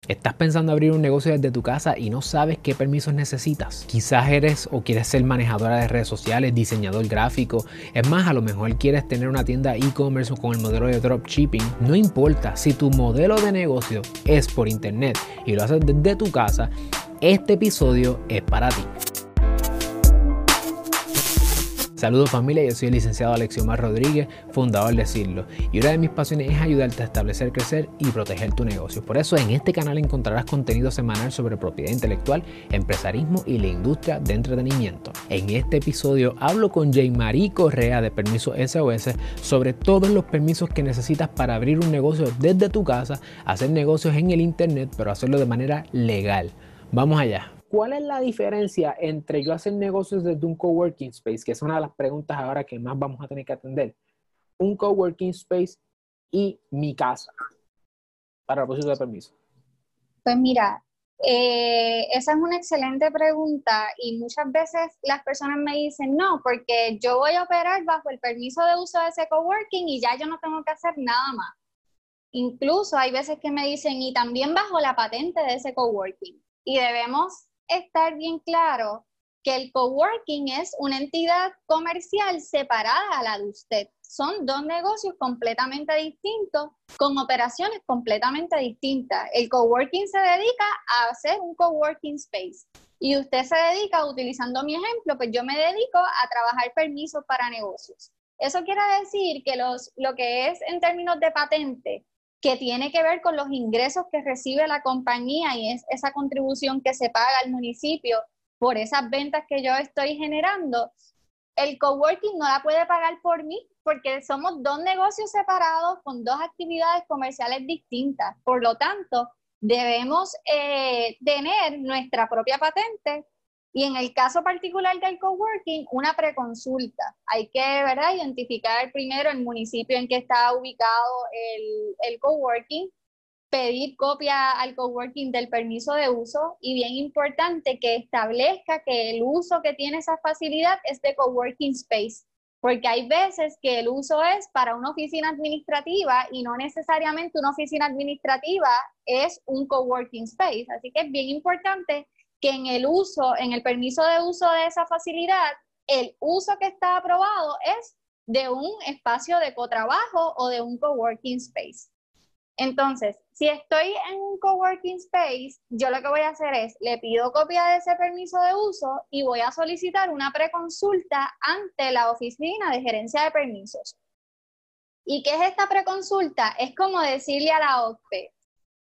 ¿Estás pensando abrir un negocio desde tu casa y no sabes qué permisos necesitas? Quizás eres o quieres ser manejadora de redes sociales, diseñador gráfico. Es más, a lo mejor quieres tener una tienda e-commerce con el modelo de dropshipping. No importa, si tu modelo de negocio es por internet y lo haces desde tu casa, este episodio es para ti. Saludos familia, yo soy el licenciado Alexiomar Rodríguez, fundador de Cirlo, y una de mis pasiones es ayudarte a establecer, crecer y proteger tu negocio. Por eso en este canal encontrarás contenido semanal sobre propiedad intelectual, empresarismo y la industria de entretenimiento. En este episodio hablo con Jeimari Correa de Permisos SOS sobre todos los permisos que necesitas para abrir un negocio desde tu casa, hacer negocios en el internet, pero hacerlo de manera legal. Vamos allá. ¿Cuál es la diferencia entre yo hacer negocios desde un coworking space, que es una de las preguntas ahora que más vamos a tener que atender, un coworking space y mi casa para propósito de permiso? Pues mira, esa es una excelente pregunta y muchas veces las personas me dicen, no, porque yo voy a operar bajo el permiso de uso de ese coworking y ya yo no tengo que hacer nada más. Incluso hay veces que me dicen, y también bajo la patente de ese coworking. Y debemos estar bien claro que el coworking es una entidad comercial separada a la de usted. Son dos negocios completamente distintos, con operaciones completamente distintas. El coworking se dedica a hacer un coworking space y usted se dedica, utilizando mi ejemplo, pues yo me dedico a trabajar permisos para negocios. Eso quiere decir que lo que es en términos de patente, que tiene que ver con los ingresos que recibe la compañía y es esa contribución que se paga al municipio por esas ventas que yo estoy generando, el coworking no la puede pagar por mí porque somos dos negocios separados con dos actividades comerciales distintas. Por lo tanto, debemos tener nuestra propia patente y en el caso particular del coworking, una preconsulta. Hay que, ¿verdad?, identificar primero el municipio en que está ubicado el coworking, pedir copia al coworking del permiso de uso y bien importante que establezca que el uso que tiene esa facilidad es de coworking space, porque hay veces que el uso es para una oficina administrativa y no necesariamente una oficina administrativa es un coworking space, así que es bien importante que en el uso, en el permiso de uso de esa facilidad, el uso que está aprobado es de un espacio de cotrabajo o de un coworking space. Entonces, si estoy en un coworking space, yo lo que voy a hacer es, le pido copia de ese permiso de uso y voy a solicitar una preconsulta ante la oficina de gerencia de permisos. ¿Y qué es esta preconsulta? Es como decirle a la OCPE,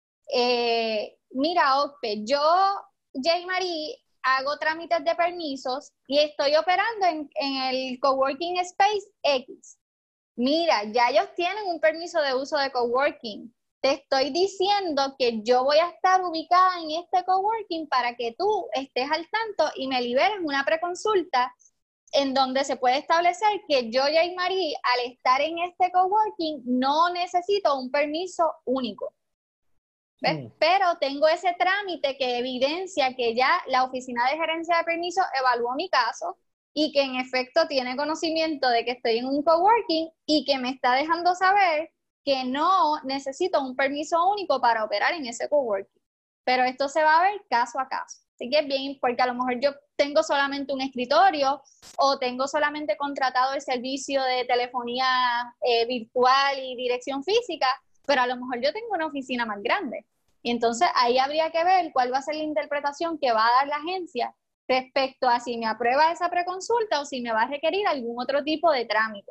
mira OCPE, yo, Jeimari, hago trámites de permisos y estoy operando en el coworking space X. Mira, ya ellos tienen un permiso de uso de coworking. Te estoy diciendo que yo voy a estar ubicada en este coworking para que tú estés al tanto y me liberes una preconsulta en donde se puede establecer que yo, Jeimari, al estar en este coworking, no necesito un permiso único. ¿Ves? Pero tengo ese trámite que evidencia que ya la oficina de gerencia de permisos evaluó mi caso y que en efecto tiene conocimiento de que estoy en un coworking y que me está dejando saber que no necesito un permiso único para operar en ese coworking. Pero esto se va a ver caso a caso. Así que es bien, porque a lo mejor yo tengo solamente un escritorio o tengo solamente contratado el servicio de telefonía virtual y dirección física, pero a lo mejor yo tengo una oficina más grande. Y entonces ahí habría que ver cuál va a ser la interpretación que va a dar la agencia respecto a si me aprueba esa preconsulta o si me va a requerir algún otro tipo de trámite.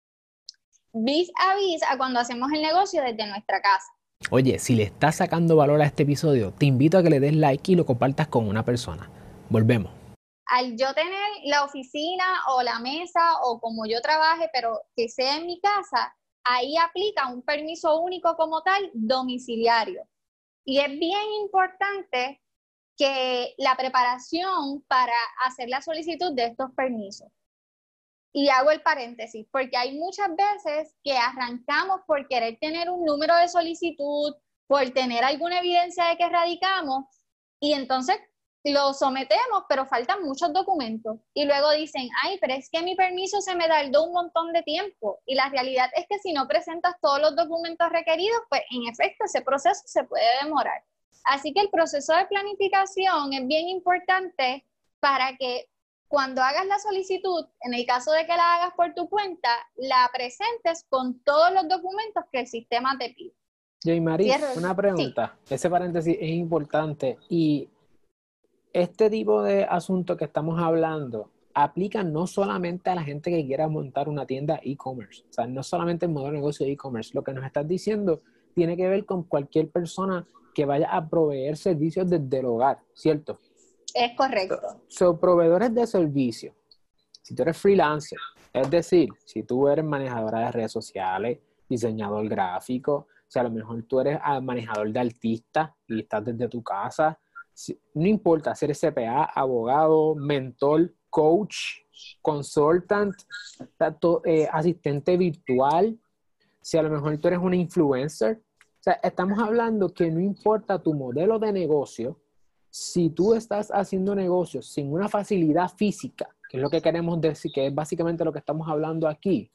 Vis a vis a cuando hacemos el negocio desde nuestra casa. Oye, si le estás sacando valor a este episodio, te invito a que le des like y lo compartas con una persona. Volvemos. Al yo tener la oficina o la mesa o como yo trabaje, pero que sea en mi casa, ahí aplica un permiso único como tal domiciliario. Y es bien importante que la preparación para hacer la solicitud de estos permisos. Y hago el paréntesis, porque hay muchas veces que arrancamos por querer tener un número de solicitud, por tener alguna evidencia de que radicamos, y entonces lo sometemos, pero faltan muchos documentos. Y luego dicen, ay, pero es que mi permiso se me tardó un montón de tiempo. Y la realidad es que si no presentas todos los documentos requeridos, pues en efecto ese proceso se puede demorar. Así que el proceso de planificación es bien importante para que cuando hagas la solicitud, en el caso de que la hagas por tu cuenta, la presentes con todos los documentos que el sistema te pide. Jeimari, una pregunta. Sí. Ese paréntesis es importante. Y este tipo de asuntos que estamos hablando aplica no solamente a la gente que quiera montar una tienda e-commerce. O sea, no solamente el modelo de negocio de e-commerce. Lo que nos estás diciendo tiene que ver con cualquier persona que vaya a proveer servicios desde el hogar, ¿cierto? Es correcto. Son proveedores de servicios. Si tú eres freelancer, es decir, si tú eres manejadora de redes sociales, diseñador gráfico, si a lo mejor tú eres manejador de artistas y estás desde tu casa, no importa, ser CPA, abogado, mentor, coach, consultant, asistente virtual, si a lo mejor tú eres una influencer. O sea, estamos hablando que no importa tu modelo de negocio, si tú estás haciendo negocios sin una facilidad física, que es lo que queremos decir, que es básicamente lo que estamos hablando aquí,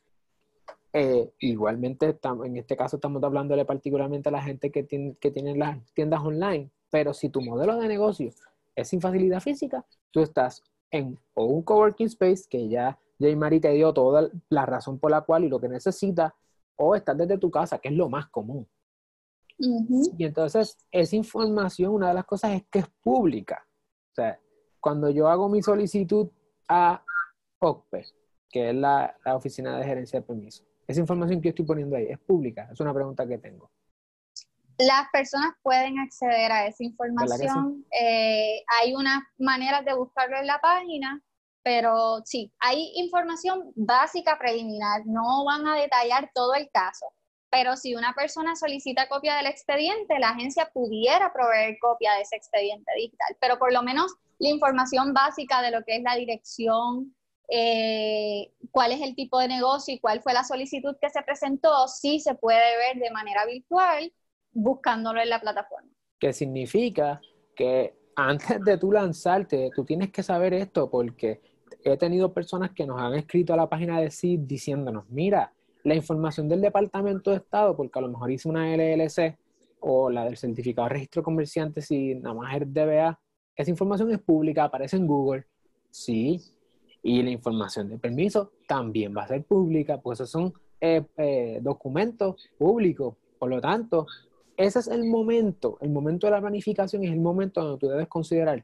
igualmente en este caso estamos hablándole particularmente a la gente que tiene las tiendas online, pero si tu modelo de negocio es sin facilidad física, tú estás en o un coworking space, que ya Jeimari te dio toda la razón por la cual y lo que necesitas, o estás desde tu casa, que es lo más común. Y entonces esa información, una de las cosas es que es pública. O sea, cuando yo hago mi solicitud a OCPE, que es la Oficina de Gerencia de Permisos, esa información que yo estoy poniendo ahí es pública. Es una pregunta que tengo. Las personas pueden acceder a esa ¿Verdad información. que sí? Hay unas maneras de buscarlo en la página, pero sí, hay información básica preliminar. No van a detallar todo el caso. Pero si una persona solicita copia del expediente, la agencia pudiera proveer copia de ese expediente digital. Pero por lo menos la información básica de lo que es la dirección, cuál es el tipo de negocio y cuál fue la solicitud que se presentó, sí se puede ver de manera virtual buscándolo en la plataforma. Que significa que antes de tú lanzarte, tú tienes que saber esto, porque he tenido personas que nos han escrito a la página de CID diciéndonos, mira, la información del Departamento de Estado, porque a lo mejor hice una LLC o la del certificado de registro de comerciantes si nada más es DBA, esa información es pública, aparece en Google, sí, y la información de permiso también va a ser pública, pues esos son documentos públicos. Por lo tanto, ese es el momento de la planificación es el momento donde tú debes considerar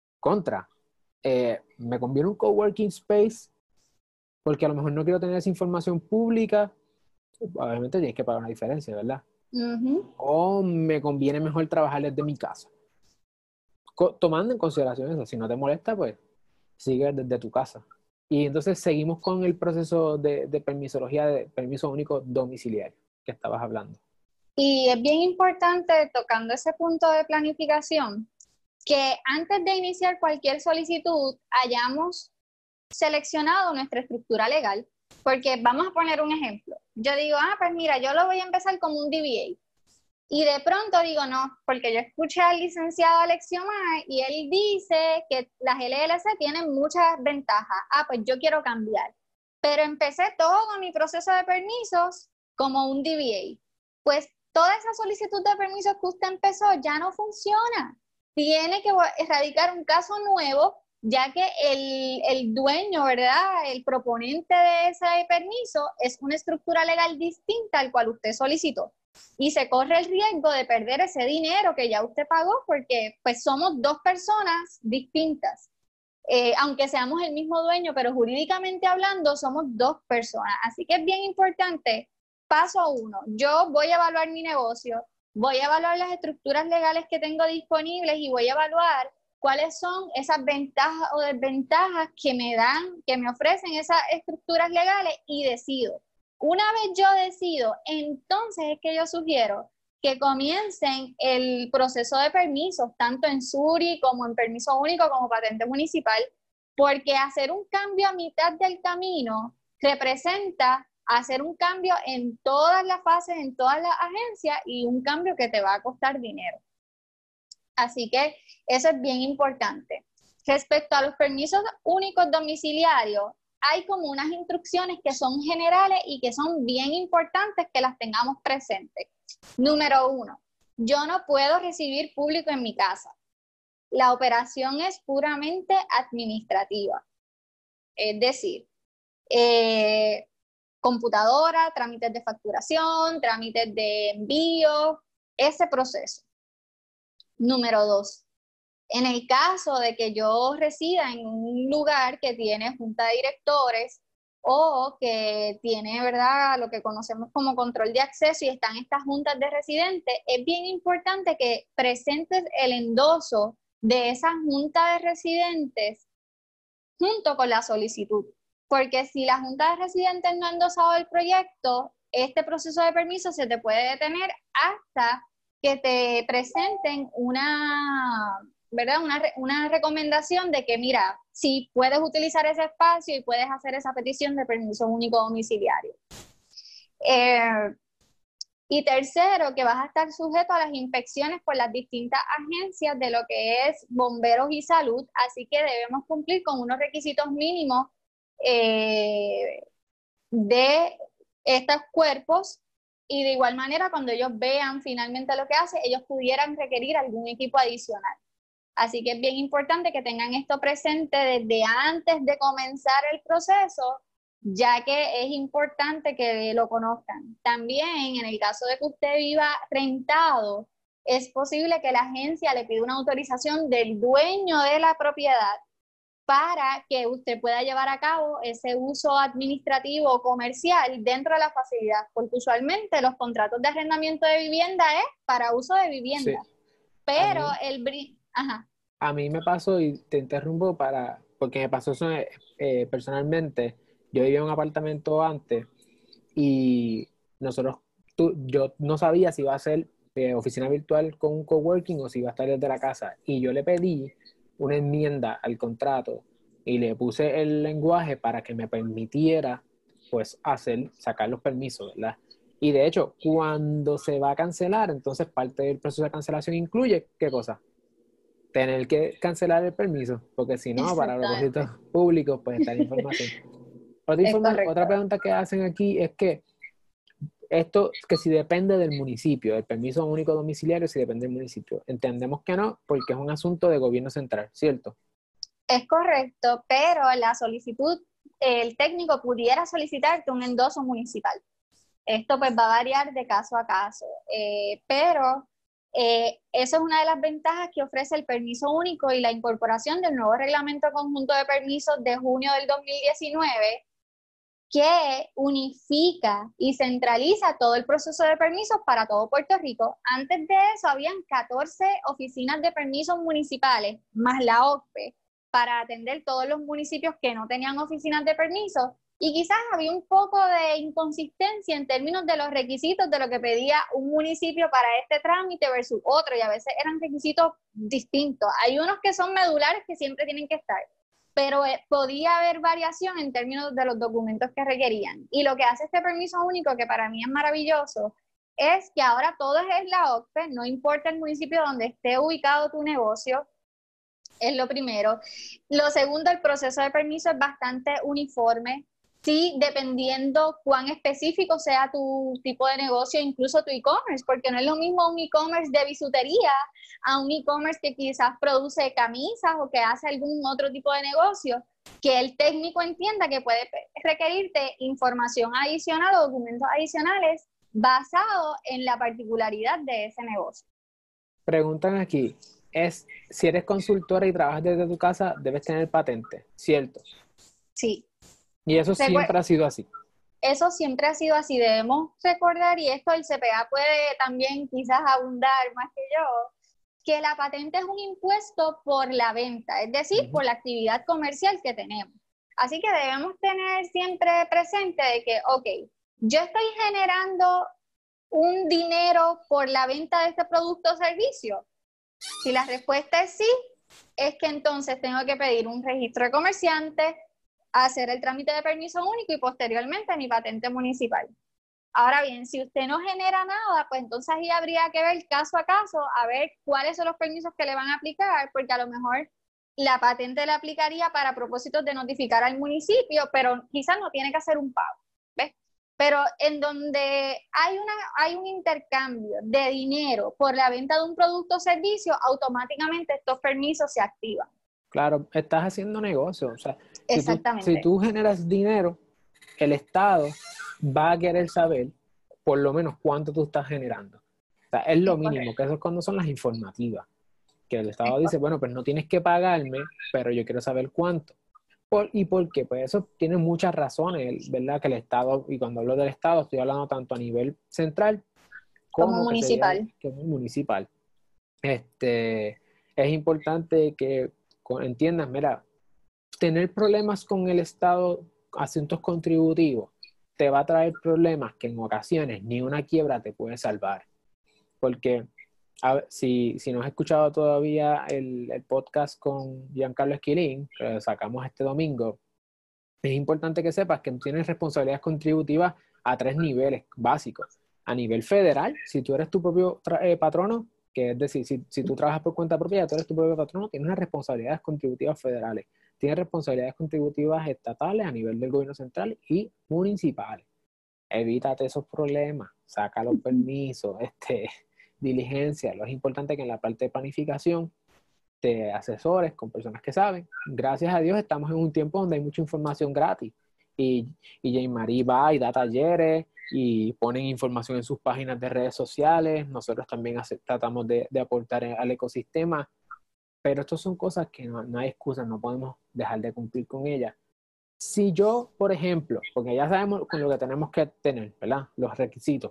me conviene un coworking space porque a lo mejor no quiero tener esa información pública, obviamente tienes que pagar una diferencia, ¿verdad? O me conviene mejor trabajar desde mi casa. Tomando en consideración eso, si no te molesta, pues sigue desde tu casa. Y entonces seguimos con el proceso de permisología, de permiso único domiciliario que estabas hablando. Y es bien importante, tocando ese punto de planificación, que antes de iniciar cualquier solicitud hayamos seleccionado nuestra estructura legal, porque vamos a poner un ejemplo. Yo digo, pues mira, yo lo voy a empezar como un DBA. Y de pronto digo, no, porque yo escuché al licenciado Alexiomar y él dice que las LLC tienen muchas ventajas. Pues yo quiero cambiar. Pero empecé todo mi proceso de permisos como un DBA. Pues toda esa solicitud de permisos que usted empezó ya no funciona. Tiene que erradicar un caso nuevo, ya que el dueño, ¿verdad? El proponente de ese permiso es una estructura legal distinta al cual usted solicitó. Y se corre el riesgo de perder ese dinero que ya usted pagó porque pues somos dos personas distintas. Aunque seamos el mismo dueño, pero jurídicamente hablando somos dos personas. Así que es bien importante. Paso 1, yo voy a evaluar mi negocio, voy a evaluar las estructuras legales que tengo disponibles y voy a evaluar cuáles son esas ventajas o desventajas que me ofrecen esas estructuras legales y decido. Una vez yo decido, entonces es que yo sugiero que comiencen el proceso de permisos, tanto en SURI como en permiso único como patente municipal, porque hacer un cambio a mitad del camino representa hacer un cambio en todas las fases, en todas las agencias y un cambio que te va a costar dinero. Así que eso es bien importante. Respecto a los permisos únicos domiciliarios, hay como unas instrucciones que son generales y que son bien importantes que las tengamos presentes. Número 1, yo no puedo recibir público en mi casa. La operación es puramente administrativa. Es decir, computadora, trámites de facturación, trámites de envío, ese proceso. Número 2, en el caso de que yo resida en un lugar que tiene junta de directores o que tiene, ¿verdad?, lo que conocemos como control de acceso y están estas juntas de residentes, es bien importante que presentes el endoso de esa junta de residentes junto con la solicitud. Porque si la junta de residentes no ha endosado el proyecto, este proceso de permiso se te puede detener hasta que te presenten ¿verdad? Una recomendación de que, mira, si puedes utilizar ese espacio y puedes hacer esa petición de permiso único domiciliario. Y tercero, que vas a estar sujeto a las inspecciones por las distintas agencias de lo que es bomberos y salud, así que debemos cumplir con unos requisitos mínimos de estos cuerpos, y de igual manera cuando ellos vean finalmente lo que hace, ellos pudieran requerir algún equipo adicional. Así que es bien importante que tengan esto presente desde antes de comenzar el proceso, ya que es importante que lo conozcan. También, en el caso de que usted viva rentado, es posible que la agencia le pida una autorización del dueño de la propiedad para que usted pueda llevar a cabo ese uso administrativo o comercial dentro de la facilidad, porque usualmente los contratos de arrendamiento de vivienda es para uso de vivienda, Sí. pero A mí me pasó, y te interrumpo porque me pasó eso personalmente. Yo vivía en un apartamento antes y yo no sabía si iba a ser oficina virtual con un coworking o si iba a estar desde la casa. Y yo le pedí una enmienda al contrato y le puse el lenguaje para que me permitiera, pues, sacar los permisos, ¿verdad? Y de hecho, cuando se va a cancelar, entonces parte del proceso de cancelación incluye, ¿qué cosa? Tener que cancelar el permiso, porque si no, para propósitos exactamente, públicos, pues está la información. es Otra correcto. pregunta que hacen aquí es que que si depende del municipio, el permiso único domiciliario, si depende del municipio. Entendemos que no, porque es un asunto de gobierno central, ¿cierto? Es correcto, pero la solicitud, el técnico pudiera solicitarte un endoso municipal. Esto pues va a variar de caso a caso, pero eso es una de las ventajas que ofrece el permiso único y la incorporación del nuevo reglamento conjunto de permisos de junio del 2019, que unifica y centraliza todo el proceso de permisos para todo Puerto Rico. Antes de eso habían 14 oficinas de permisos municipales, más la OCPE, para atender todos los municipios que no tenían oficinas de permisos, y quizás había un poco de inconsistencia en términos de los requisitos de lo que pedía un municipio para este trámite versus otro, y a veces eran requisitos distintos. Hay unos que son medulares que siempre tienen que estar, pero podía haber variación en términos de los documentos que requerían. Y lo que hace este permiso único, que para mí es maravilloso, es que ahora todo es la OCPE, no importa el municipio donde esté ubicado tu negocio, es lo primero. Lo segundo, el proceso de permiso es bastante uniforme. Sí, dependiendo cuán específico sea tu tipo de negocio, incluso tu e-commerce, porque no es lo mismo un e-commerce de bisutería a un e-commerce que quizás produce camisas o que hace algún otro tipo de negocio, que el técnico entienda que puede requerirte información adicional o documentos adicionales basados en la particularidad de ese negocio. Preguntan aquí, si eres consultora y trabajas desde tu casa, debes tener patente, ¿cierto? Sí. Y eso siempre ha sido así. Eso siempre ha sido así. Debemos recordar, y esto el CPA puede también quizás abundar más que yo, que la patente es un impuesto por la venta, es decir, por la actividad comercial que tenemos. Así que debemos tener siempre presente de que, ok, yo estoy generando un dinero por la venta de este producto o servicio. Si la respuesta es sí, es que entonces tengo que pedir un registro de comerciante, hacer el trámite de permiso único y posteriormente mi patente municipal. Ahora bien, si usted no genera nada, pues entonces ahí habría que ver caso a caso, a ver cuáles son los permisos que le van a aplicar, porque a lo mejor la patente le aplicaría para propósitos de notificar al municipio, pero quizás no tiene que hacer un pago, ¿ves? pero en donde hay un intercambio de dinero por la venta de un producto o servicio, automáticamente estos permisos se activan. Claro, estás haciendo negocio. O sea, si Exactamente. tú generas dinero, el Estado va a querer saber por lo menos cuánto tú estás generando. O sea, es lo Es mínimo, correcto, que eso es cuando son las informativas. Que el es Estado dice, correcto. bueno, pues no tienes que pagarme, pero yo quiero saber cuánto. ¿Y por qué? Pues eso tiene muchas razones, ¿verdad? Que el Estado, y cuando hablo del Estado, estoy hablando tanto a nivel central Como como que sería municipal. que es municipal. Es importante que entiendas, mira, tener problemas con el Estado, asuntos contributivos, te va a traer problemas que en ocasiones ni una quiebra te puede salvar. Porque si no has escuchado todavía el podcast con Giancarlo Esquilín, que sacamos este domingo, es importante que sepas que tienes responsabilidades contributivas a 3 niveles básicos. A nivel federal, si tú eres tu propio patrono, que es decir, si tú trabajas por cuenta propia, tú eres tu propio patrono, tienes unas responsabilidades contributivas federales. Tienes responsabilidades contributivas estatales a nivel del gobierno central y municipales. Evítate esos problemas, saca los permisos, diligencia. Lo es importante que en la parte de planificación te asesores con personas que saben. Gracias a Dios estamos en un tiempo donde hay mucha información gratis y Jean-Marie va y da talleres y ponen información en sus páginas de redes sociales. Nosotros también tratamos de aportar al ecosistema, pero estas son cosas que no hay excusa, no podemos dejar de cumplir con ellas. Si yo, por ejemplo, porque ya sabemos con lo que tenemos que tener, ¿verdad? Los requisitos.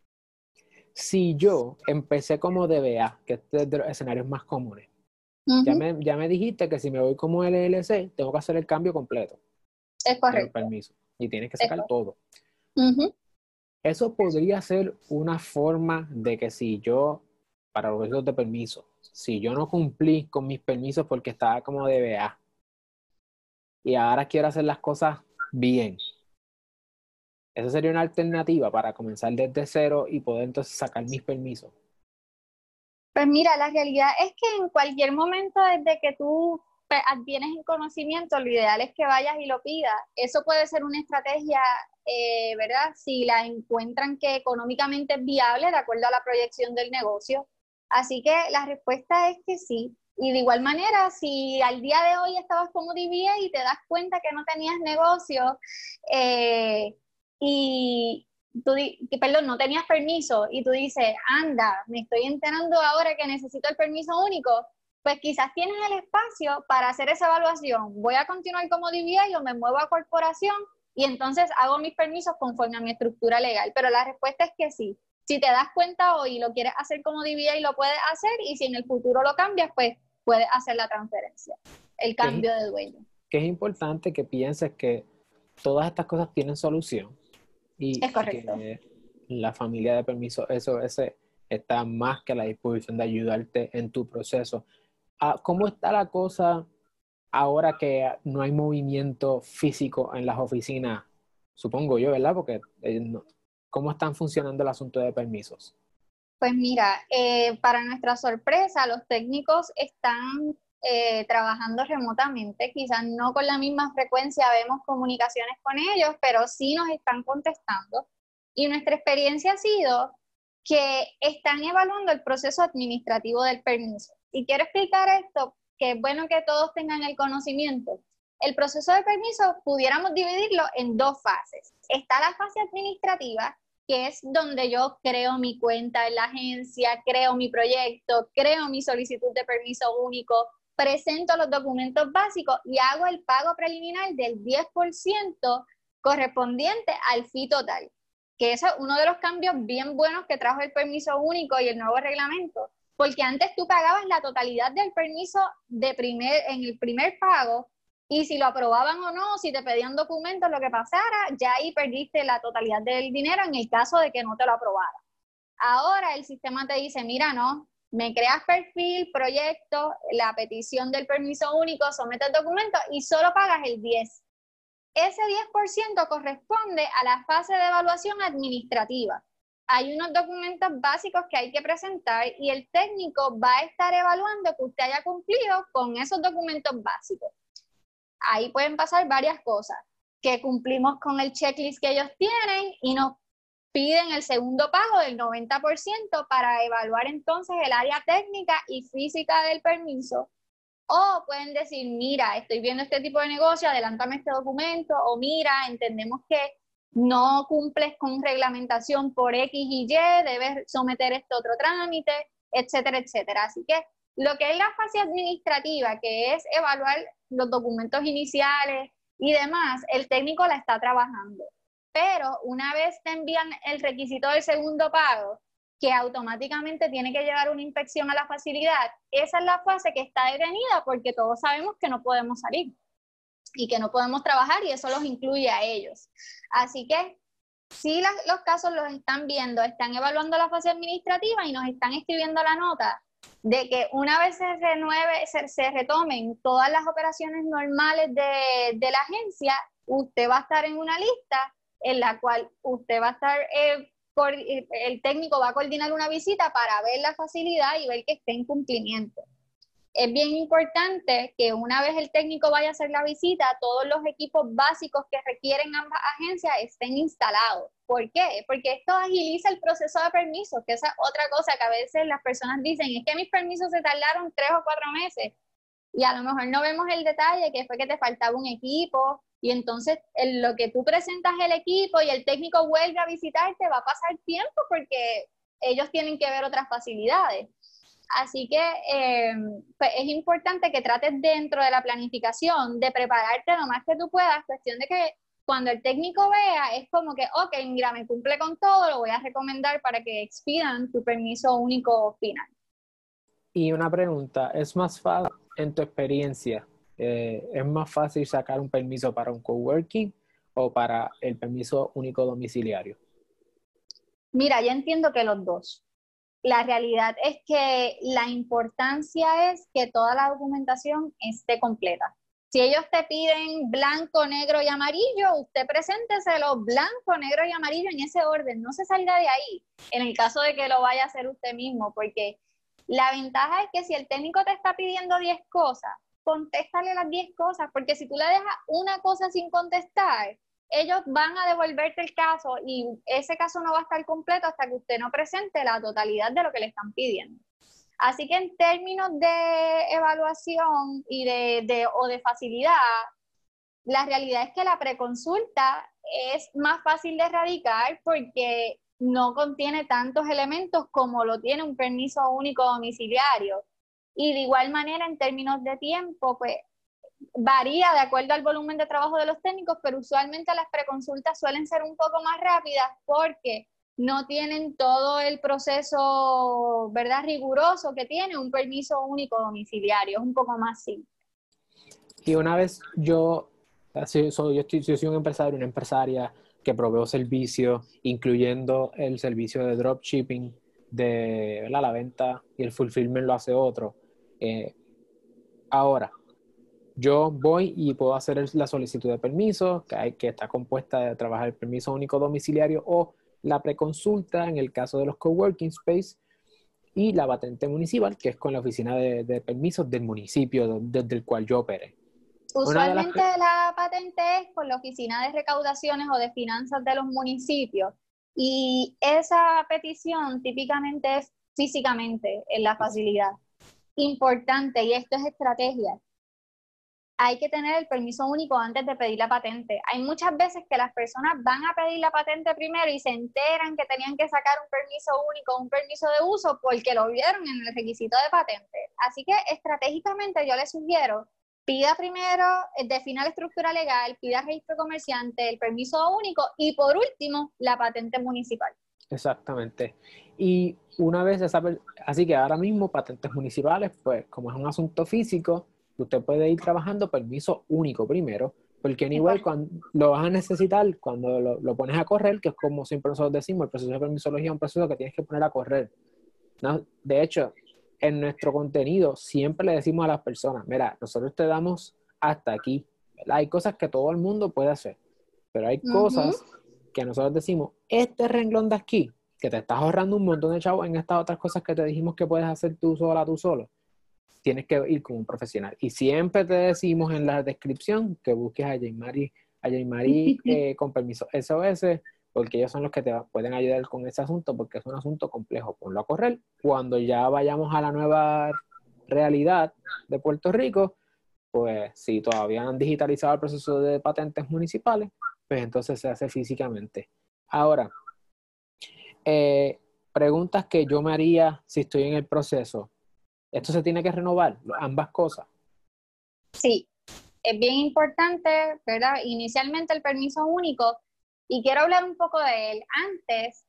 Si yo empecé como DBA, que es de los escenarios más comunes, Ujú, ya me dijiste que si me voy como LLC, tengo que hacer el cambio completo es de los correcto, permisos y tienes que es sacar correcto. todo. Ujú. Eso podría ser una forma de que si yo, para los procesos de permiso, si yo no cumplí con mis permisos porque estaba como DBA y ahora quiero hacer las cosas bien, esa sería una alternativa para comenzar desde cero y poder entonces sacar mis permisos. Pues mira, la realidad es que en cualquier momento desde que tú advienes el conocimiento, lo ideal es que vayas y lo pidas. Eso puede ser una estrategia, ¿verdad? Si la encuentran que económicamente es viable de acuerdo a la proyección del negocio. Así que la respuesta es que sí. Y de igual manera, si al día de hoy estabas como DBA y te das cuenta que no tenías negocio, eh, y perdón, no tenías permiso y tú dices, anda, me estoy enterando ahora que necesito el permiso único, pues quizás tienes el espacio para hacer esa evaluación. Voy a continuar como DBA o me muevo a corporación y entonces hago mis permisos conforme a mi estructura legal. Pero la respuesta es que sí. Si te das cuenta hoy y lo quieres hacer como DBA, lo puedes hacer, y si en el futuro lo cambias, pues puedes hacer la transferencia, el Que es, cambio de dueño. que es importante que pienses que todas estas cosas tienen solución Es y correcto. que la familia de permiso, ese está más que a la disposición de ayudarte en tu proceso. ¿Cómo está la cosa ahora que no hay movimiento físico en las oficinas? Supongo yo, ¿verdad? Porque ¿cómo están funcionando el asunto de permisos? Pues mira, para nuestra sorpresa, los técnicos están trabajando remotamente, quizás no con la misma frecuencia vemos comunicaciones con ellos, pero sí nos están contestando. Y nuestra experiencia ha sido que están evaluando el proceso administrativo del permiso. Y quiero explicar esto, que es bueno que todos tengan el conocimiento. El proceso de permiso pudiéramos dividirlo en dos fases. Está la fase administrativa, que es donde yo creo mi cuenta en la agencia, creo mi proyecto, creo mi solicitud de permiso único, presento los documentos básicos y hago el pago preliminar del 10% correspondiente al fee total, que eso es uno de los cambios bien buenos que trajo el permiso único y el nuevo reglamento, porque antes tú pagabas la totalidad del permiso en el primer pago, y si lo aprobaban o no, si te pedían documentos, lo que pasara, ya ahí perdiste la totalidad del dinero en el caso de que no te lo aprobaran. Ahora el sistema te dice, mira, no, me creas perfil, proyecto, la petición del permiso único, sometes documentos y solo pagas el 10%. Ese 10% corresponde a la fase de evaluación administrativa. Hay unos documentos básicos que hay que presentar y el técnico va a estar evaluando que usted haya cumplido con esos documentos básicos. Ahí pueden pasar varias cosas. que cumplimos con el checklist que ellos tienen y nos piden el segundo pago del 90% para evaluar entonces el área técnica y física del permiso. O pueden decir, mira, estoy viendo este tipo de negocio, adelántame este documento, o mira, entendemos que no cumples con reglamentación por X y Y, debes someter este otro trámite, etcétera, etcétera. Así que lo que es la fase administrativa, que es evaluar los documentos iniciales y demás, el técnico la está trabajando. Pero una vez te envían el requisito del segundo pago, que automáticamente tiene que llevar una inspección a la facilidad, esa es la fase que está detenida porque todos sabemos que no podemos salir y que no podemos trabajar y eso los incluye a ellos. Así que si los casos los están viendo, están evaluando la fase administrativa y nos están escribiendo la nota de que una vez se retomen todas las operaciones normales de la agencia, usted va a estar en una lista en la cual usted va a estar, el técnico va a coordinar una visita para ver la facilidad y ver que esté en cumplimiento. Es bien importante que una vez el técnico vaya a hacer la visita, todos los equipos básicos que requieren ambas agencias estén instalados. ¿Por qué? Porque esto agiliza el proceso de permisos, que esa es otra cosa que a veces las personas dicen, es que mis permisos se tardaron 3 o 4 meses y a lo mejor no vemos el detalle que fue que te faltaba un equipo y entonces en lo que tú presentas el equipo y el técnico vuelve a visitarte va a pasar tiempo porque ellos tienen que ver otras facilidades. Así que pues es importante que trates dentro de la planificación de prepararte lo más que tú puedas, cuestión de que cuando el técnico vea es como que, ok, mira, me cumple con todo, lo voy a recomendar para que expidan tu permiso único final. Y una pregunta, ¿es más fácil en tu experiencia, es más fácil sacar un permiso para un coworking o para el permiso único domiciliario? Mira, yo entiendo que los dos. La realidad es que la importancia es que toda la documentación esté completa. Si ellos te piden blanco, negro y amarillo, usted presénteselo blanco, negro y amarillo en ese orden. No se salga de ahí en el caso de que lo vaya a hacer usted mismo, porque la ventaja es que si el técnico te está pidiendo 10 cosas, contéstale las 10 cosas, porque si tú le dejas una cosa sin contestar, ellos van a devolverte el caso y ese caso no va a estar completo hasta que usted no presente la totalidad de lo que le están pidiendo. Así que en términos de evaluación y de facilidad, la realidad es que la preconsulta es más fácil de erradicar porque no contiene tantos elementos como lo tiene un permiso único domiciliario. Y de igual manera, en términos de tiempo, pues varía de acuerdo al volumen de trabajo de los técnicos, pero usualmente las preconsultas suelen ser un poco más rápidas porque no tienen todo el proceso, ¿verdad?, riguroso que tiene un permiso único domiciliario, es un poco más simple. Y una vez yo soy un empresario, una empresaria que proveo servicios, incluyendo el servicio de dropshipping, de, ¿verdad?, la venta y el fulfillment lo hace otro. Ahora, yo voy y puedo hacer la solicitud de permiso, que está compuesta de trabajar el permiso único domiciliario o la preconsulta en el caso de los coworking space y la patente municipal, que es con la oficina de permisos del municipio desde el cual yo opere. Usualmente la patente es por la oficina de recaudaciones o de finanzas de los municipios y esa petición típicamente es físicamente en la facilidad. Importante, y esto es estrategia, hay que tener el permiso único antes de pedir la patente. Hay muchas veces que las personas van a pedir la patente primero y se enteran que tenían que sacar un permiso único, un permiso de uso, porque lo vieron en el requisito de patente. Así que estratégicamente yo les sugiero, pida primero, defina la estructura legal, pida registro comerciante, el permiso único y por último, la patente municipal. Exactamente. Y una vez así que ahora mismo patentes municipales, pues como es un asunto físico, usted puede ir trabajando permiso único primero, porque igual cuando lo vas a necesitar cuando lo pones a correr, que es como siempre nosotros decimos, el proceso de permisología es un proceso que tienes que poner a correr, ¿no? De hecho, en nuestro contenido siempre le decimos a las personas, mira, nosotros te damos hasta aquí, ¿verdad? Hay cosas que todo el mundo puede hacer, pero hay cosas que nosotros decimos, este renglón de aquí, que te estás ahorrando un montón de chavos en estas otras cosas que te dijimos que puedes hacer tú sola, tú solo, tienes que ir con un profesional. Y siempre te decimos en la descripción que busques a a Jean-Marie con permiso SOS, porque ellos son los que te pueden ayudar con ese asunto, porque es un asunto complejo. Ponlo a correr. Cuando ya vayamos a la nueva realidad de Puerto Rico, pues si todavía no han digitalizado el proceso de patentes municipales, pues entonces se hace físicamente. Ahora, preguntas que yo me haría si estoy en el proceso. ¿Esto se tiene que renovar? Ambas cosas. Sí, es bien importante, ¿verdad? Inicialmente el permiso único, y quiero hablar un poco de él. Antes,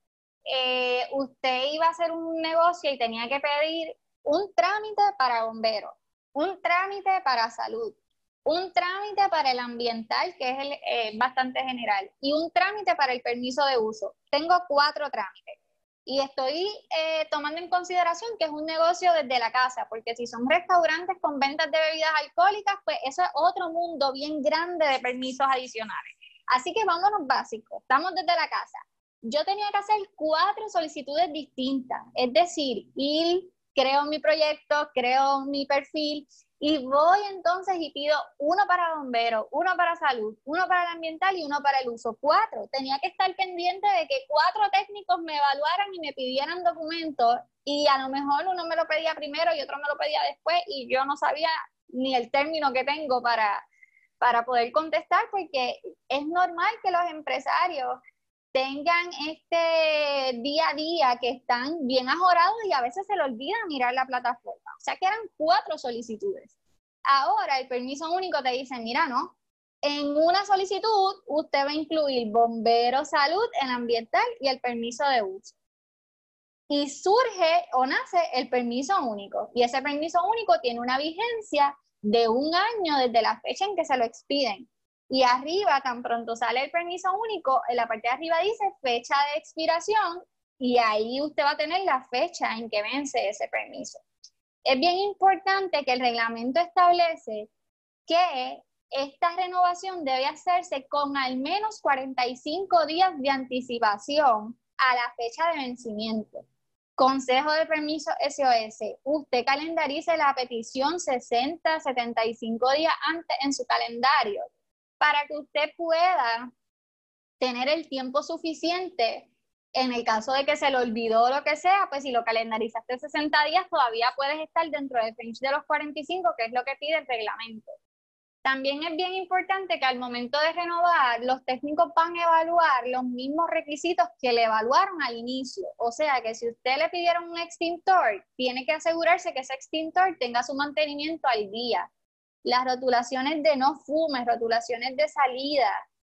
usted iba a hacer un negocio y tenía que pedir un trámite para bomberos, un trámite para salud, un trámite para el ambiental, que es bastante general, y un trámite para el permiso de uso. Tengo 4 trámites. Y estoy tomando en consideración que es un negocio desde la casa, porque si son restaurantes con ventas de bebidas alcohólicas, pues eso es otro mundo bien grande de permisos adicionales. Así que vámonos básicos, estamos desde la casa. Yo tenía que hacer 4 solicitudes distintas, es decir, creo mi proyecto, creo mi perfil, y voy entonces y pido uno para bomberos, uno para salud, uno para el ambiental y uno para el uso. 4. Tenía que estar pendiente de que 4 técnicos me evaluaran y me pidieran documentos, y a lo mejor uno me lo pedía primero y otro me lo pedía después, y yo no sabía ni el término que tengo para poder contestar, porque es normal que los empresarios tengan este día a día que están bien ajorados y a veces se le olvida mirar la plataforma. O sea que eran 4 solicitudes. Ahora el permiso único te dice, mira, no, en una solicitud usted va a incluir bombero, salud, el ambiental y el permiso de uso. Y surge o nace el permiso único. Y ese permiso único tiene una vigencia de 1 año desde la fecha en que se lo expiden. Y arriba, tan pronto sale el permiso único, en la parte de arriba dice fecha de expiración, y ahí usted va a tener la fecha en que vence ese permiso. Es bien importante que el reglamento establece que esta renovación debe hacerse con al menos 45 días de anticipación a la fecha de vencimiento. Consejo de permiso SOS, usted calendarice la petición 60, 75 días antes en su calendario, para que usted pueda tener el tiempo suficiente. En el caso de que se le olvidó o lo que sea, pues si lo calendarizaste 60 días, todavía puedes estar dentro del range de los 45, que es lo que pide el reglamento. También es bien importante que al momento de renovar, los técnicos van a evaluar los mismos requisitos que le evaluaron al inicio. O sea que si usted le pidieron un extintor, tiene que asegurarse que ese extintor tenga su mantenimiento al día. Las rotulaciones de no fumes, rotulaciones de salida,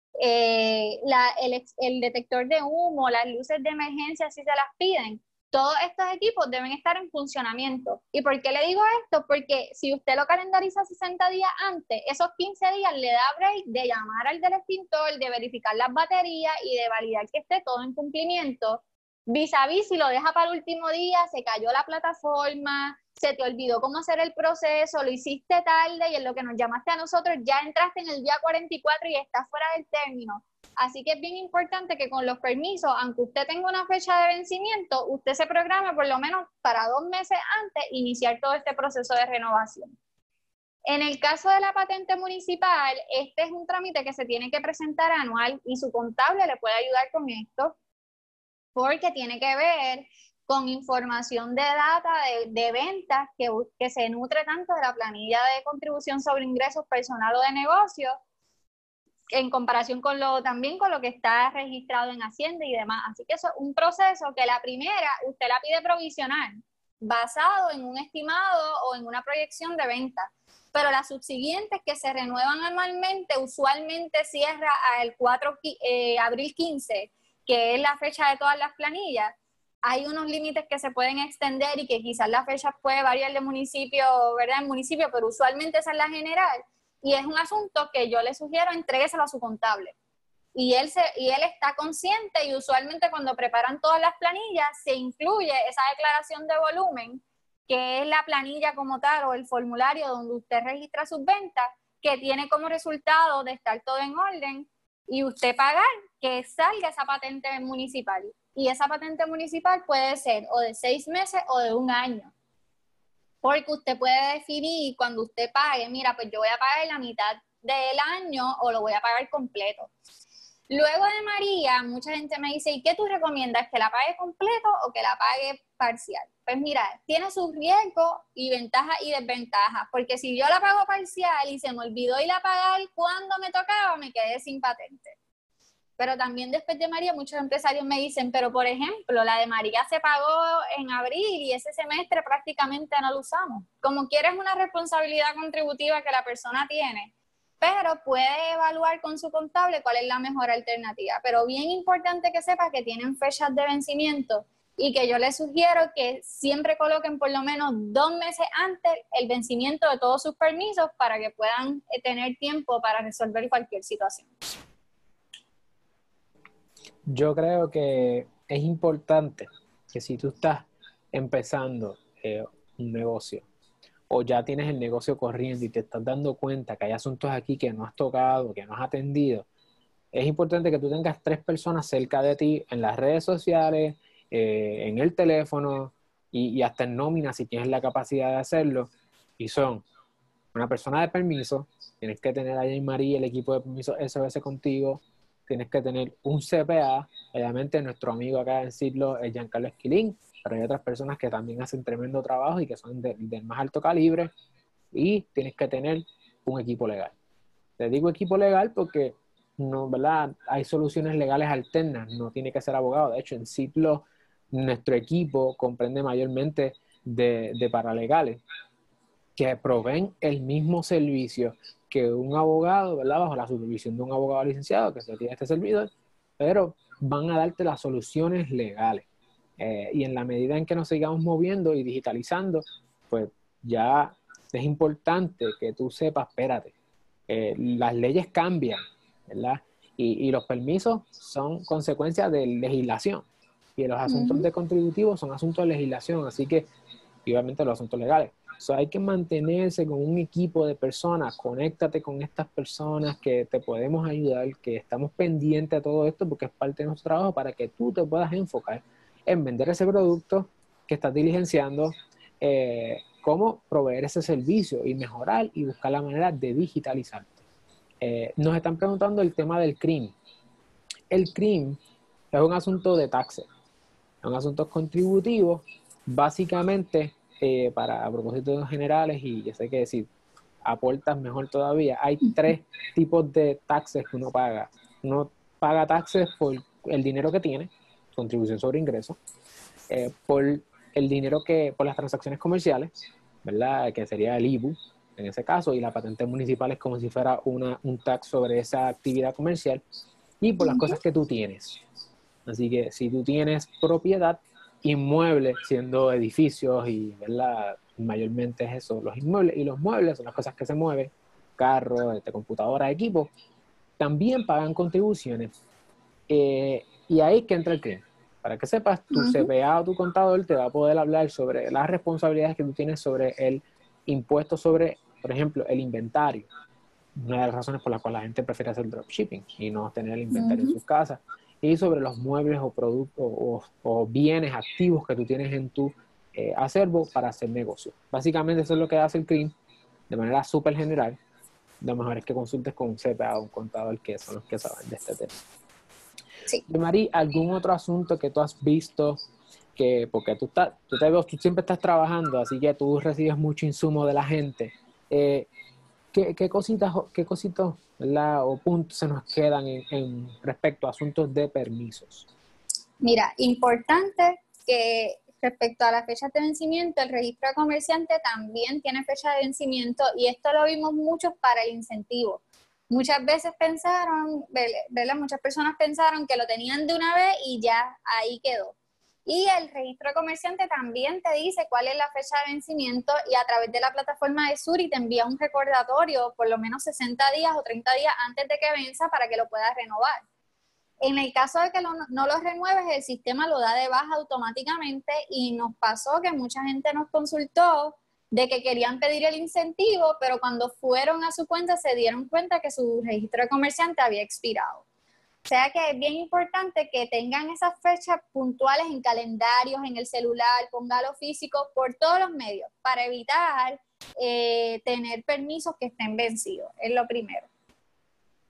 el detector de humo, las luces de emergencia si se las piden, todos estos equipos deben estar en funcionamiento. ¿Y por qué le digo esto? Porque si usted lo calendariza 60 días antes, esos 15 días le da break de llamar al del extintor, de verificar las baterías y de validar que esté todo en cumplimiento. Vis a vis, si lo deja para el último día, se cayó la plataforma, se te olvidó cómo hacer el proceso, lo hiciste tarde y en lo que nos llamaste a nosotros ya entraste en el día 44 y estás fuera del término. Así que es bien importante que con los permisos, aunque usted tenga una fecha de vencimiento, usted se programe por lo menos para 2 meses antes iniciar todo este proceso de renovación. En el caso de la patente municipal, este es un trámite que se tiene que presentar anual y su contable le puede ayudar con esto, porque tiene que ver con información de data de ventas que se nutre tanto de la planilla de contribución sobre ingresos personal o de negocio, en comparación con también con lo que está registrado en Hacienda y demás. Así que eso es un proceso que la primera usted la pide provisional, basado en un estimado o en una proyección de ventas. Pero las subsiguientes que se renuevan anualmente, usualmente cierra el abril 15, que es la fecha de todas las planillas. Hay unos límites que se pueden extender y que quizás la fecha puede variar de municipio, ¿verdad? En municipio, pero usualmente esa es la general. Y es un asunto que yo le sugiero, entrégueselo a su contable. Y él está consciente, y usualmente cuando preparan todas las planillas se incluye esa declaración de volumen, que es la planilla como tal o el formulario donde usted registra sus ventas, que tiene como resultado de estar todo en orden y usted pagar que salga esa patente municipal. Y esa patente municipal puede ser o de 6 meses o de 1 año. Porque usted puede definir cuando usted pague, mira, pues yo voy a pagar la mitad del año o lo voy a pagar completo. Luego de María, mucha gente me dice, ¿y qué tú recomiendas? ¿Que la pague completo o que la pague parcial? Pues mira, tiene sus riesgos y ventajas y desventajas, porque si yo la pago parcial y se me olvidó ir a pagar cuando me tocaba, me quedé sin patente. Pero también después de María, muchos empresarios me dicen, pero por ejemplo, la de María se pagó en abril y ese semestre prácticamente no lo usamos. Como quieres una responsabilidad contributiva que la persona tiene, pero puede evaluar con su contable cuál es la mejor alternativa. Pero bien importante que sepa que tienen fechas de vencimiento y que yo les sugiero que siempre coloquen por lo menos 2 meses antes el vencimiento de todos sus permisos para que puedan tener tiempo para resolver cualquier situación. Yo creo que es importante que si tú estás empezando un negocio o ya tienes el negocio corriendo y te estás dando cuenta que hay asuntos aquí que no has tocado, que no has atendido, es importante que tú tengas 3 personas cerca de ti en las redes sociales, en el teléfono y hasta en nómina si tienes la capacidad de hacerlo. Y son una persona de permiso, tienes que tener allá en María el equipo de permiso SOS contigo, tienes que tener un CPA, obviamente nuestro amigo acá en Sidlo es Giancarlo Esquilín, pero hay otras personas que también hacen tremendo trabajo y que son del más alto calibre, y tienes que tener un equipo legal. Te digo equipo legal porque no, ¿verdad? Hay soluciones legales alternas, no tiene que ser abogado. De hecho, en Sidlo nuestro equipo comprende mayormente de paralegales que proveen el mismo servicio que un abogado, ¿verdad? Bajo la supervisión de un abogado licenciado que se tiene este servidor, pero van a darte las soluciones legales. Y en la medida en que nos sigamos moviendo y digitalizando, pues ya es importante que tú sepas, espérate, las leyes cambian, ¿verdad? Y los permisos son consecuencias de legislación. Y los asuntos de contributivos son asuntos de legislación, así que, y obviamente los asuntos legales. Hay que mantenerse con un equipo de personas, conéctate con estas personas que te podemos ayudar, que estamos pendientes de todo esto porque es parte de nuestro trabajo para que tú te puedas enfocar en vender ese producto que estás diligenciando, cómo proveer ese servicio y mejorar y buscar la manera de digitalizarte. Nos están preguntando el tema del CRIM. El CRIM es un asunto de taxes, es un asunto contributivo, básicamente para propósitos generales, y yo sé que si aportas mejor todavía, hay 3 tipos de taxes que uno paga. Uno paga taxes por el dinero que tiene, contribución sobre ingresos, por el dinero por las transacciones comerciales, ¿verdad? Que sería el IBU en ese caso, y la patente municipal es como si fuera un tax sobre esa actividad comercial, y por las cosas que tú tienes. Así que si tú tienes propiedad inmueble, siendo edificios y, ¿verdad? Mayormente es eso, los inmuebles, y los muebles son las cosas que se mueven, carros, computadoras, equipos, también pagan contribuciones. Y ahí que entra el CRIM. Para que sepas, tu CPA o tu contador te va a poder hablar sobre las responsabilidades que tú tienes sobre el impuesto sobre, por ejemplo, el inventario. Una de las razones por las cuales la gente prefiere hacer dropshipping y no tener el inventario en sus casas. Y sobre los muebles o productos o bienes activos que tú tienes en tu acervo para hacer negocio. Básicamente eso es lo que hace el CRIM de manera súper general. Lo mejor es que consultes con un CPA o un contador, que son los que saben de este tema. Sí. Y Mari, ¿algún otro asunto que tú has visto? Porque tú siempre estás trabajando, así que tú recibes mucho insumo de la gente. ¿Qué cositas, ¿verdad? O puntos se nos quedan en respecto a asuntos de permisos? Mira, importante que respecto a las fechas de vencimiento, el registro de comerciante también tiene fecha de vencimiento, y esto lo vimos mucho para el incentivo. Muchas veces pensaron, ¿verdad? Muchas personas pensaron que lo tenían de una vez y ya ahí quedó. Y el registro de comerciante también te dice cuál es la fecha de vencimiento, y a través de la plataforma de Suri te envía un recordatorio por lo menos 60 días o 30 días antes de que venza para que lo puedas renovar. En el caso de que no lo renueves, el sistema lo da de baja automáticamente, y nos pasó que mucha gente nos consultó de que querían pedir el incentivo, pero cuando fueron a su cuenta se dieron cuenta que su registro de comerciante había expirado. O sea que es bien importante que tengan esas fechas puntuales en calendarios, en el celular, póngalo físico, por todos los medios, para evitar tener permisos que estén vencidos. Es lo primero.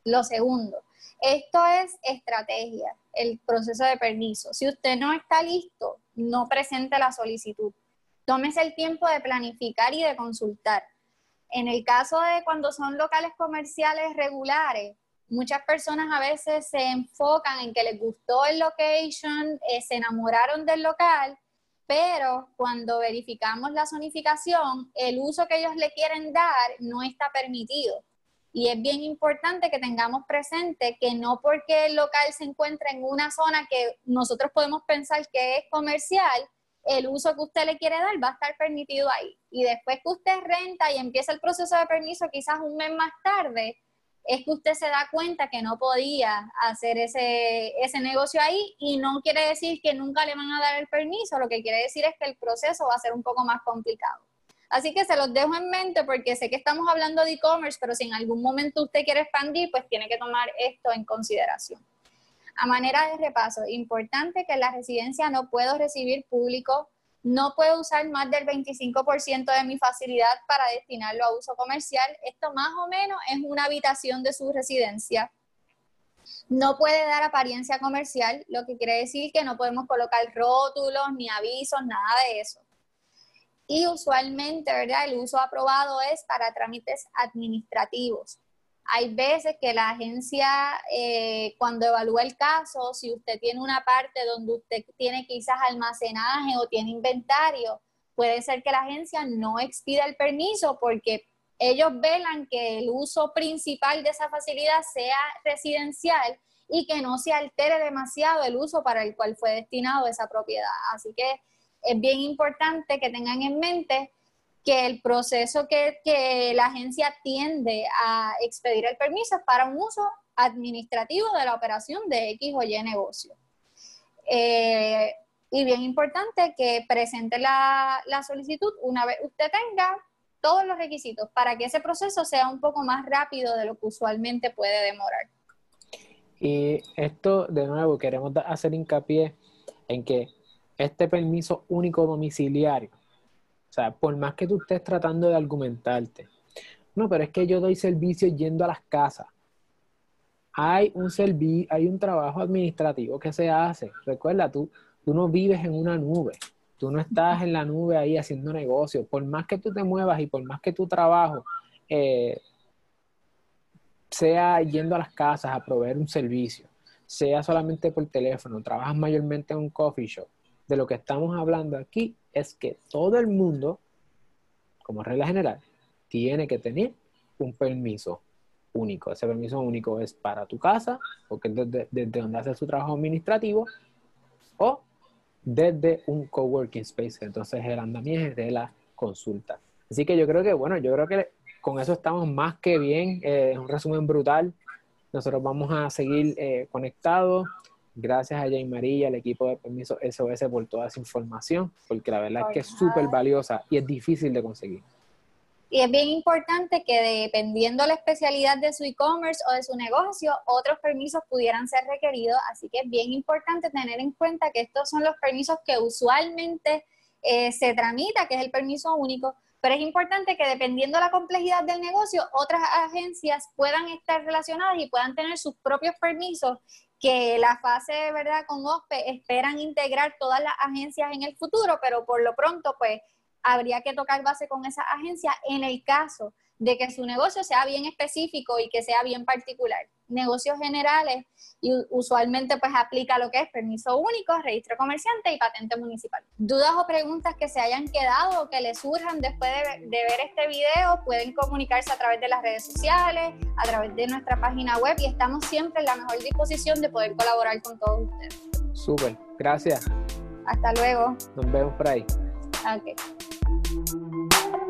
Lo segundo, esto es estrategia, el proceso de permiso. Si usted no está listo, no presente la solicitud. Tómese el tiempo de planificar y de consultar. En el caso de cuando son locales comerciales regulares, muchas personas a veces se enfocan en que les gustó el location, se enamoraron del local, pero cuando verificamos la zonificación, el uso que ellos le quieren dar no está permitido. Y es bien importante que tengamos presente que no porque el local se encuentra en una zona que nosotros podemos pensar que es comercial, el uso que usted le quiere dar va a estar permitido ahí. Y después que usted renta y empieza el proceso de permiso, quizás un mes más tarde, es que usted se da cuenta que no podía hacer ese negocio ahí, y no quiere decir que nunca le van a dar el permiso, lo que quiere decir es que el proceso va a ser un poco más complicado. Así que se los dejo en mente porque sé que estamos hablando de e-commerce, pero si en algún momento usted quiere expandir, pues tiene que tomar esto en consideración. A manera de repaso, importante que en la residencia no puedo recibir público, no puedo usar más del 25% de mi facilidad para destinarlo a uso comercial. Esto más o menos es una habitación de su residencia. No puede dar apariencia comercial, lo que quiere decir que no podemos colocar rótulos ni avisos, nada de eso. Y usualmente, ¿verdad?, el uso aprobado es para trámites administrativos. Hay veces que la agencia, cuando evalúa el caso, si usted tiene una parte donde usted tiene quizás almacenaje o tiene inventario, puede ser que la agencia no expida el permiso porque ellos velan que el uso principal de esa facilidad sea residencial y que no se altere demasiado el uso para el cual fue destinado esa propiedad. Así que es bien importante que tengan en mente que el proceso que la agencia tiende a expedir el permiso es para un uso administrativo de la operación de X o Y negocio. Y bien importante que presente la solicitud una vez usted tenga todos los requisitos para que ese proceso sea un poco más rápido de lo que usualmente puede demorar. Y esto, de nuevo, queremos hacer hincapié en que este permiso único domiciliario, o sea, por más que tú estés tratando de argumentarte, no, pero es que yo doy servicio yendo a las casas. Hay un trabajo administrativo que se hace. Recuerda, tú no vives en una nube. Tú no estás en la nube ahí haciendo negocio. Por más que tú te muevas y por más que tu trabajo sea yendo a las casas a proveer un servicio, sea solamente por teléfono, trabajas mayormente en un coffee shop, de lo que estamos hablando aquí es que todo el mundo, como regla general, tiene que tener un permiso único. Ese permiso único es para tu casa, porque es desde donde haces tu trabajo administrativo, o desde un coworking space. Entonces el andamiaje de la consulta. Así que yo creo que con eso estamos más que bien. Es un resumen brutal. Nosotros vamos a seguir conectados. Gracias a Jane María, al equipo de Permiso SOS por toda esa información, porque la verdad es que es súper valiosa y es difícil de conseguir. Y es bien importante que dependiendo de la especialidad de su e-commerce o de su negocio, otros permisos pudieran ser requeridos. Así que es bien importante tener en cuenta que estos son los permisos que usualmente se tramita, que es el permiso único. Pero es importante que dependiendo de la complejidad del negocio, otras agencias puedan estar relacionadas y puedan tener sus propios permisos que la fase, ¿verdad?, con OSPE esperan integrar todas las agencias en el futuro, pero por lo pronto, pues, habría que tocar base con esa agencia en el caso de que su negocio sea bien específico y que sea bien particular. Negocios generales, y usualmente pues aplica lo que es permiso único, registro comerciante y patente municipal. Dudas o preguntas que se hayan quedado o que les surjan después de ver este video, pueden comunicarse a través de las redes sociales, a través de nuestra página web, y estamos siempre en la mejor disposición de poder colaborar con todos ustedes. Súper, gracias. Hasta luego. Nos vemos por ahí. Ok.